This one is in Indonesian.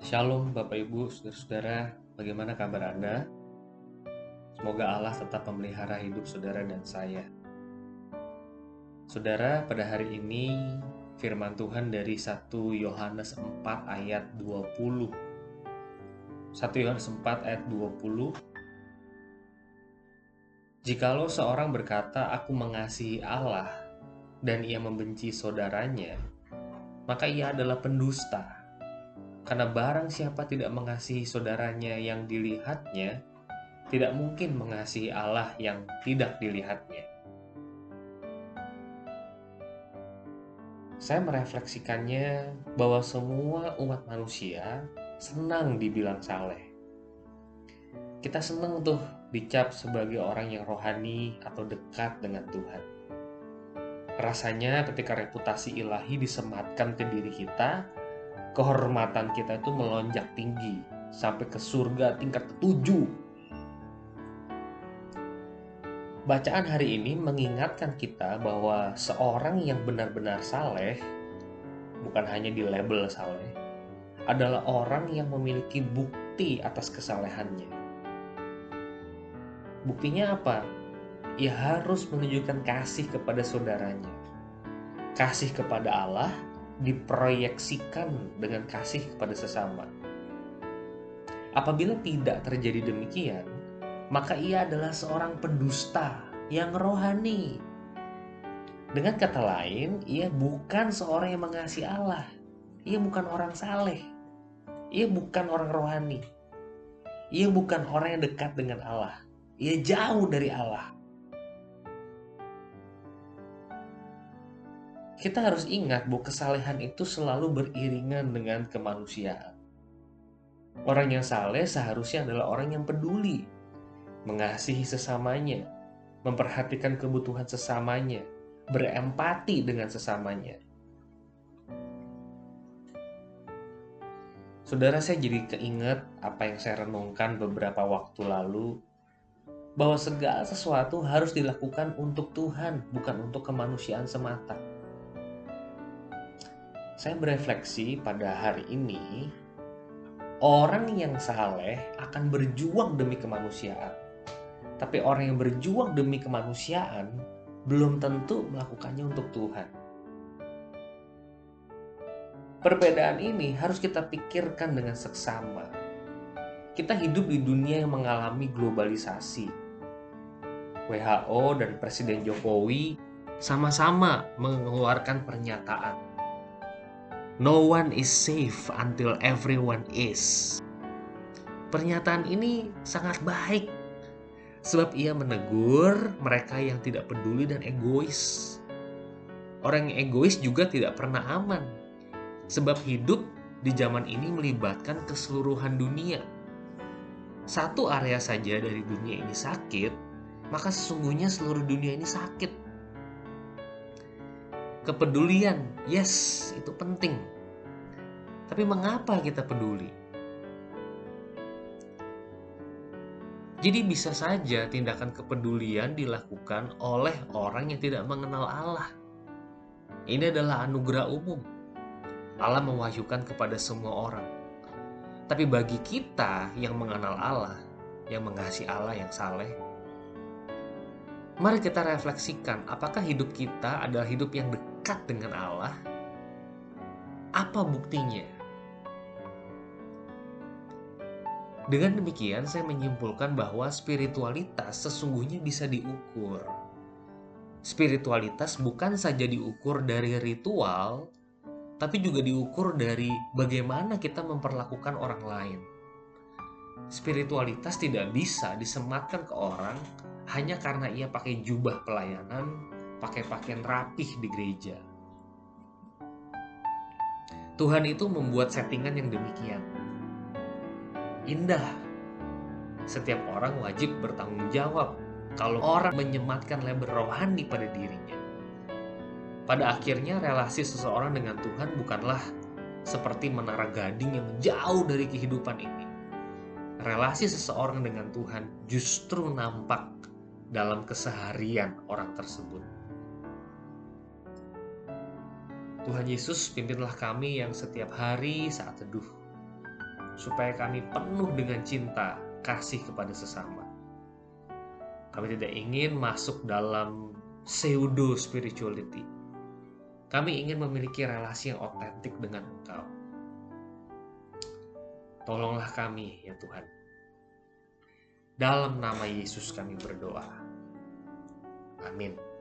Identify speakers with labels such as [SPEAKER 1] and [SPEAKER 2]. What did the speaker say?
[SPEAKER 1] Shalom Bapak Ibu, Saudara-saudara, bagaimana kabar Anda? Semoga Allah tetap memelihara hidup saudara dan saya. Saudara, pada hari ini firman Tuhan dari 1 Yohanes 4 ayat 20. 1 Yohanes 4 ayat 20. Jikalau seorang berkata, "Aku mengasihi Allah," dan ia membenci saudaranya, maka ia adalah pendusta. Karena barang siapa tidak mengasihi saudaranya yang dilihatnya, tidak mungkin mengasihi Allah yang tidak dilihatnya. Saya merefleksikannya bahwa semua umat manusia senang dibilang saleh. Kita senang tuh dicap sebagai orang yang rohani atau dekat dengan Tuhan. Rasanya ketika reputasi ilahi disematkan ke diri kita, kehormatan kita itu melonjak tinggi sampai ke surga tingkat ketujuh. Bacaan hari ini mengingatkan kita bahwa seorang yang benar-benar saleh, bukan hanya di label saleh, adalah orang yang memiliki bukti atas kesalehannya. Buktinya apa? Ia harus menunjukkan kasih kepada saudaranya. Kasih kepada Allah diproyeksikan dengan kasih kepada sesama. Apabila tidak terjadi demikian, maka ia adalah seorang pendusta yang rohani. Dengan kata lain, ia bukan seorang yang mengasihi Allah. Ia bukan orang saleh. Ia bukan orang rohani. Ia bukan orang yang dekat dengan Allah. Ia jauh dari Allah. Kita harus ingat bahwa kesalehan itu selalu beriringan dengan kemanusiaan. Orang yang saleh seharusnya adalah orang yang peduli, mengasihi sesamanya, memperhatikan kebutuhan sesamanya, berempati dengan sesamanya. Saudara, saya jadi keinget apa yang saya renungkan beberapa waktu lalu, bahwa segala sesuatu harus dilakukan untuk Tuhan, bukan untuk kemanusiaan semata. Saya berefleksi pada hari ini, orang yang saleh akan berjuang demi kemanusiaan. Tapi orang yang berjuang demi kemanusiaan belum tentu melakukannya untuk Tuhan. Perbedaan ini harus kita pikirkan dengan seksama. Kita hidup di dunia yang mengalami globalisasi. WHO dan Presiden Jokowi sama-sama mengeluarkan pernyataan, "No one is safe until everyone is." Pernyataan ini sangat baik, sebab ia menegur mereka yang tidak peduli dan egois. Orang yang egois juga tidak pernah aman, sebab hidup di zaman ini melibatkan keseluruhan dunia. Satu area saja dari dunia ini sakit, maka sesungguhnya seluruh dunia ini sakit. Kepedulian, yes, itu penting. Tapi mengapa kita peduli? Jadi bisa saja tindakan kepedulian dilakukan oleh orang yang tidak mengenal Allah. Ini adalah anugerah umum. Allah mewahyukan kepada semua orang. Tapi bagi kita yang mengenal Allah, yang mengasihi Allah yang saleh, mari kita refleksikan apakah hidup kita adalah hidup yang dekat dengan Allah? Apa buktinya? Dengan demikian saya menyimpulkan bahwa spiritualitas sesungguhnya bisa diukur. Spiritualitas bukan saja diukur dari ritual, tapi juga diukur dari bagaimana kita memperlakukan orang lain. Spiritualitas tidak bisa disematkan ke orang hanya karena ia pakai jubah pelayanan, pakai pakaian rapih di gereja. Tuhan itu membuat settingan yang demikian. Indah. Setiap orang wajib bertanggung jawab kalau orang menyematkan label rohani pada dirinya. Pada akhirnya relasi seseorang dengan Tuhan bukanlah seperti menara gading yang jauh dari kehidupan ini. Relasi seseorang dengan Tuhan justru nampak dalam keseharian orang tersebut. Tuhan Yesus, pimpinlah kami yang setiap hari saat teduh. supaya kami penuh dengan cinta, kasih kepada sesama. Kami tidak ingin masuk dalam pseudo spirituality. Kami ingin memiliki relasi yang otentik dengan Engkau. Tolonglah kami, ya Tuhan. Dalam nama Yesus kami berdoa. Amin.